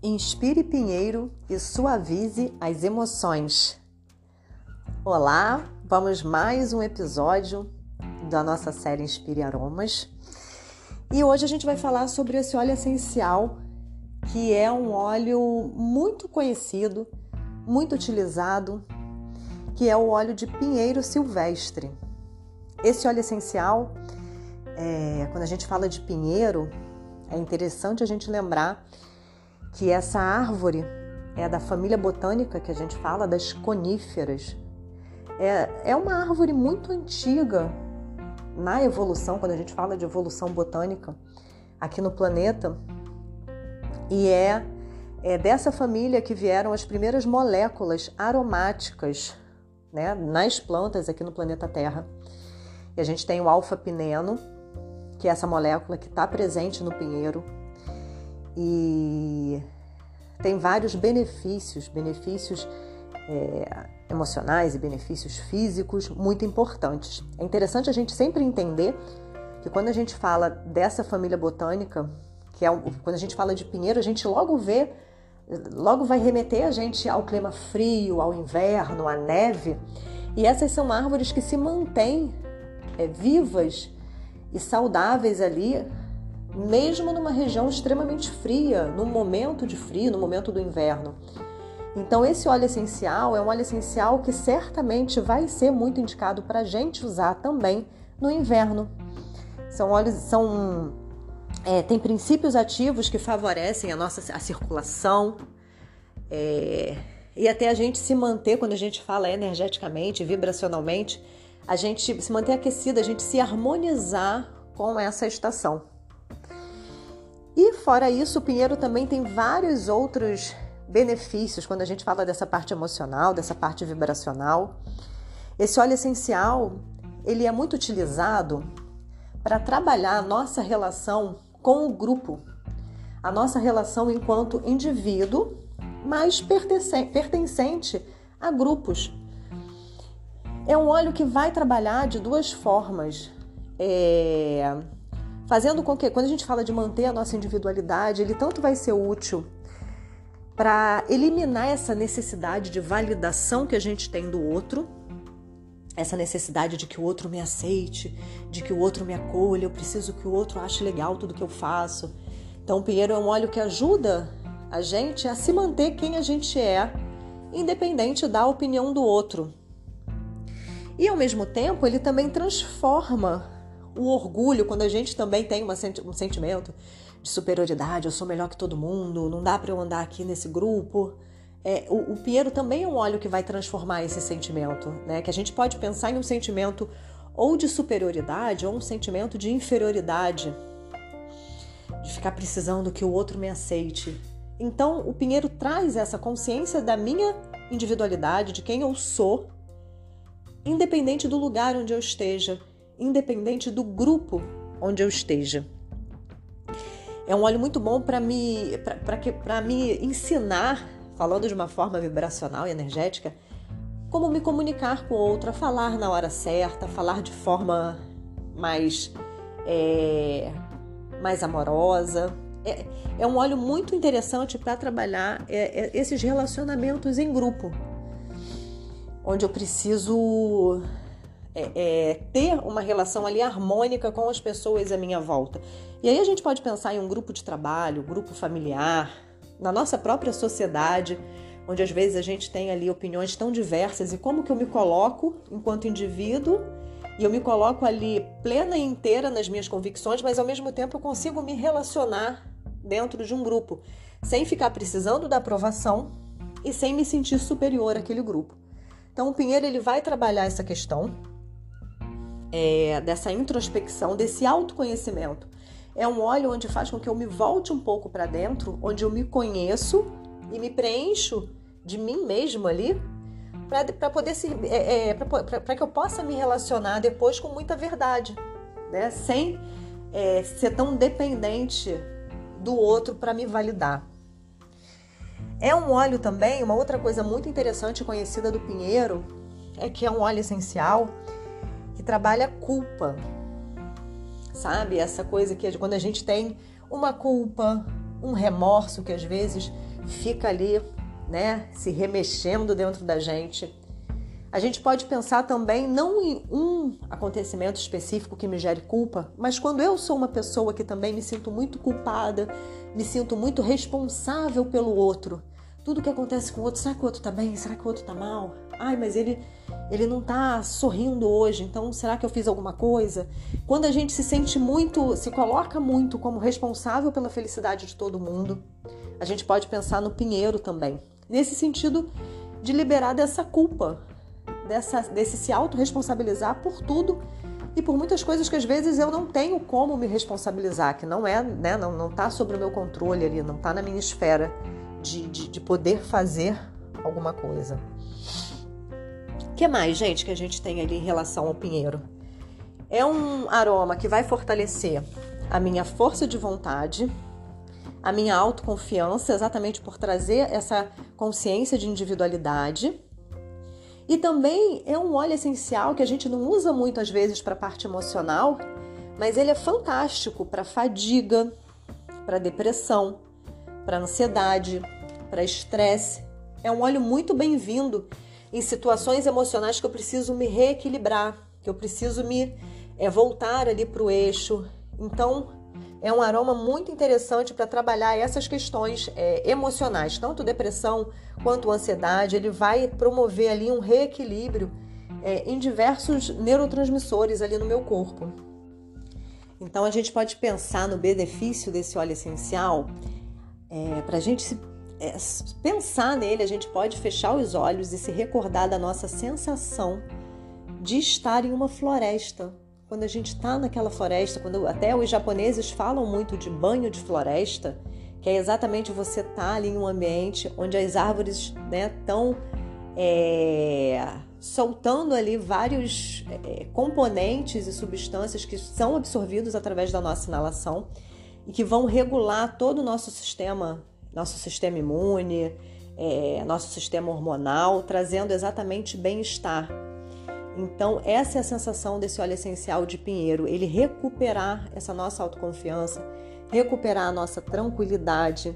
Inspire Pinheiro e suavize as emoções. Olá, vamos mais um episódio da nossa série Inspire Aromas. E hoje a gente vai falar sobre esse óleo essencial, que é um óleo muito conhecido, muito utilizado, que é o óleo de pinheiro silvestre. Esse óleo essencial, quando a gente fala de pinheiro, é interessante a gente lembrar que essa árvore é da família botânica que a gente fala, das coníferas. É uma árvore muito antiga na evolução, quando a gente fala de evolução botânica aqui no planeta. E é dessa família que vieram as primeiras moléculas aromáticas, né, nas plantas aqui no planeta Terra. E a gente tem o alfa-pineno, que é essa molécula que está presente no pinheiro. E tem vários benefícios emocionais e benefícios físicos muito importantes. É interessante a gente sempre entender que quando a gente fala dessa família botânica, quando a gente fala de pinheiro, a gente logo vai remeter a gente ao clima frio, ao inverno, à neve. E essas são árvores que se mantêm vivas e saudáveis ali, mesmo numa região extremamente fria, no momento de frio, no momento do inverno. Então esse óleo essencial é um óleo essencial que certamente vai ser muito indicado para a gente usar também no inverno. Tem princípios ativos que favorecem a circulação e até a gente se manter, quando a gente fala energeticamente, vibracionalmente, a gente se manter aquecida, a gente se harmonizar com essa estação. E fora isso, o pinheiro também tem vários outros benefícios quando a gente fala dessa parte emocional, dessa parte vibracional. Esse óleo essencial, ele é muito utilizado para trabalhar a nossa relação com o grupo, a nossa relação enquanto indivíduo, mas pertencente a grupos. É um óleo que vai trabalhar de duas formas, fazendo com que, quando a gente fala de manter a nossa individualidade, ele tanto vai ser útil para eliminar essa necessidade de validação que a gente tem do outro, essa necessidade de que o outro me aceite, de que o outro me acolha, eu preciso que o outro ache legal tudo que eu faço. Então o pinheiro é um óleo que ajuda a gente a se manter quem a gente é, independente da opinião do outro. E ao mesmo tempo ele também transforma o orgulho, quando a gente também tem um sentimento de superioridade, eu sou melhor que todo mundo, não dá para eu andar aqui nesse grupo. O pinheiro também é um óleo que vai transformar esse sentimento, né? Que a gente pode pensar em um sentimento ou de superioridade ou um sentimento de inferioridade, de ficar precisando que o outro me aceite. Então, o pinheiro traz essa consciência da minha individualidade, de quem eu sou, independente do lugar onde eu esteja, independente do grupo onde eu esteja. É um óleo muito bom para me ensinar, falando de uma forma vibracional e energética, como me comunicar com o outro, a falar na hora certa, falar de forma mais amorosa. É um óleo muito interessante para trabalhar esses relacionamentos em grupo, onde eu preciso ter uma relação ali harmônica com as pessoas à minha volta. E aí a gente pode pensar em um grupo de trabalho, grupo familiar, na nossa própria sociedade, onde às vezes a gente tem ali opiniões tão diversas, e como que eu me coloco enquanto indivíduo, e eu me coloco ali plena e inteira nas minhas convicções, mas ao mesmo tempo eu consigo me relacionar dentro de um grupo, sem ficar precisando da aprovação e sem me sentir superior àquele grupo. Então o pinheiro ele vai trabalhar essa questão dessa introspecção, desse autoconhecimento. É um óleo onde faz com que eu me volte um pouco para dentro, onde eu me conheço e me preencho de mim mesmo ali, para que eu possa me relacionar depois com muita verdade, né? Sem ser tão dependente do outro para me validar. É um óleo também, uma outra coisa muito interessante e conhecida do pinheiro, é que é um óleo essencial que trabalha a culpa. Sabe? Essa coisa que quando a gente tem uma culpa, um remorso que às vezes fica ali, né, se remexendo dentro da gente. A gente pode pensar também não em um acontecimento específico que me gere culpa, mas quando eu sou uma pessoa que também me sinto muito culpada, me sinto muito responsável pelo outro. Tudo que acontece com o outro, será que o outro tá bem? Será que o outro tá mal? Ai, mas ele não tá sorrindo hoje, então será que eu fiz alguma coisa? Quando a gente se sente muito, se coloca muito como responsável pela felicidade de todo mundo, a gente pode pensar no pinheiro também. Nesse sentido de liberar dessa culpa, desse se autorresponsabilizar por tudo e por muitas coisas que às vezes eu não tenho como me responsabilizar, que não é, né, não tá sob o meu controle ali, não tá na minha esfera de poder fazer alguma coisa. O que mais, gente, que a gente tem ali em relação ao pinheiro? É um aroma que vai fortalecer a minha força de vontade, a minha autoconfiança, exatamente por trazer essa consciência de individualidade. E também é um óleo essencial que a gente não usa muito às vezes para a parte emocional, mas ele é fantástico para fadiga, para depressão, para ansiedade, para estresse. É um óleo muito bem-vindo em situações emocionais que eu preciso me reequilibrar, que eu preciso me voltar ali para o eixo. Então, é um aroma muito interessante para trabalhar essas questões emocionais, tanto depressão quanto ansiedade. Ele vai promover ali um reequilíbrio em diversos neurotransmissores ali no meu corpo. Então, a gente pode pensar no benefício desse óleo essencial. Para a gente pensar nele, a gente pode fechar os olhos e se recordar da nossa sensação de estar em uma floresta. Quando a gente está naquela floresta, quando até os japoneses falam muito de banho de floresta, que é exatamente você estar ali em um ambiente onde as árvores estão soltando ali vários componentes e substâncias que são absorvidos através da nossa inalação e que vão regular todo o nosso sistema imune, nosso sistema hormonal, trazendo exatamente bem-estar. Então, essa é a sensação desse óleo essencial de pinheiro, ele recuperar essa nossa autoconfiança, recuperar a nossa tranquilidade.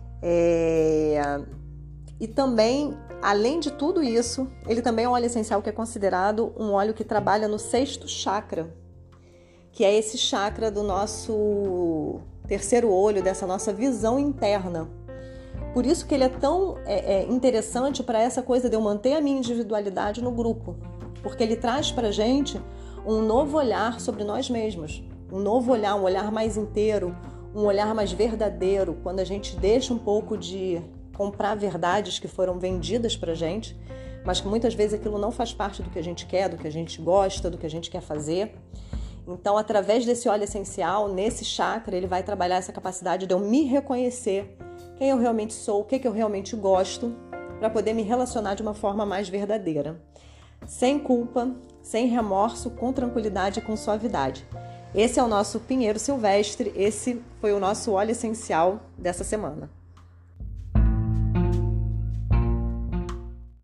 E também, além de tudo isso, ele também é um óleo essencial que é considerado um óleo que trabalha no 6º chakra, que é esse chakra do nosso terceiro olho, dessa nossa visão interna. Por isso que ele é tão interessante para essa coisa de eu manter a minha individualidade no grupo, porque ele traz para a gente um novo olhar sobre nós mesmos, um novo olhar, um olhar mais inteiro, um olhar mais verdadeiro, quando a gente deixa um pouco de comprar verdades que foram vendidas para a gente, mas que muitas vezes aquilo não faz parte do que a gente quer, do que a gente gosta, do que a gente quer fazer. Então, através desse óleo essencial, nesse chakra, ele vai trabalhar essa capacidade de eu me reconhecer, quem eu realmente sou, o que eu realmente gosto, para poder me relacionar de uma forma mais verdadeira. Sem culpa, sem remorso, com tranquilidade e com suavidade. Esse é o nosso pinheiro silvestre, esse foi o nosso óleo essencial dessa semana.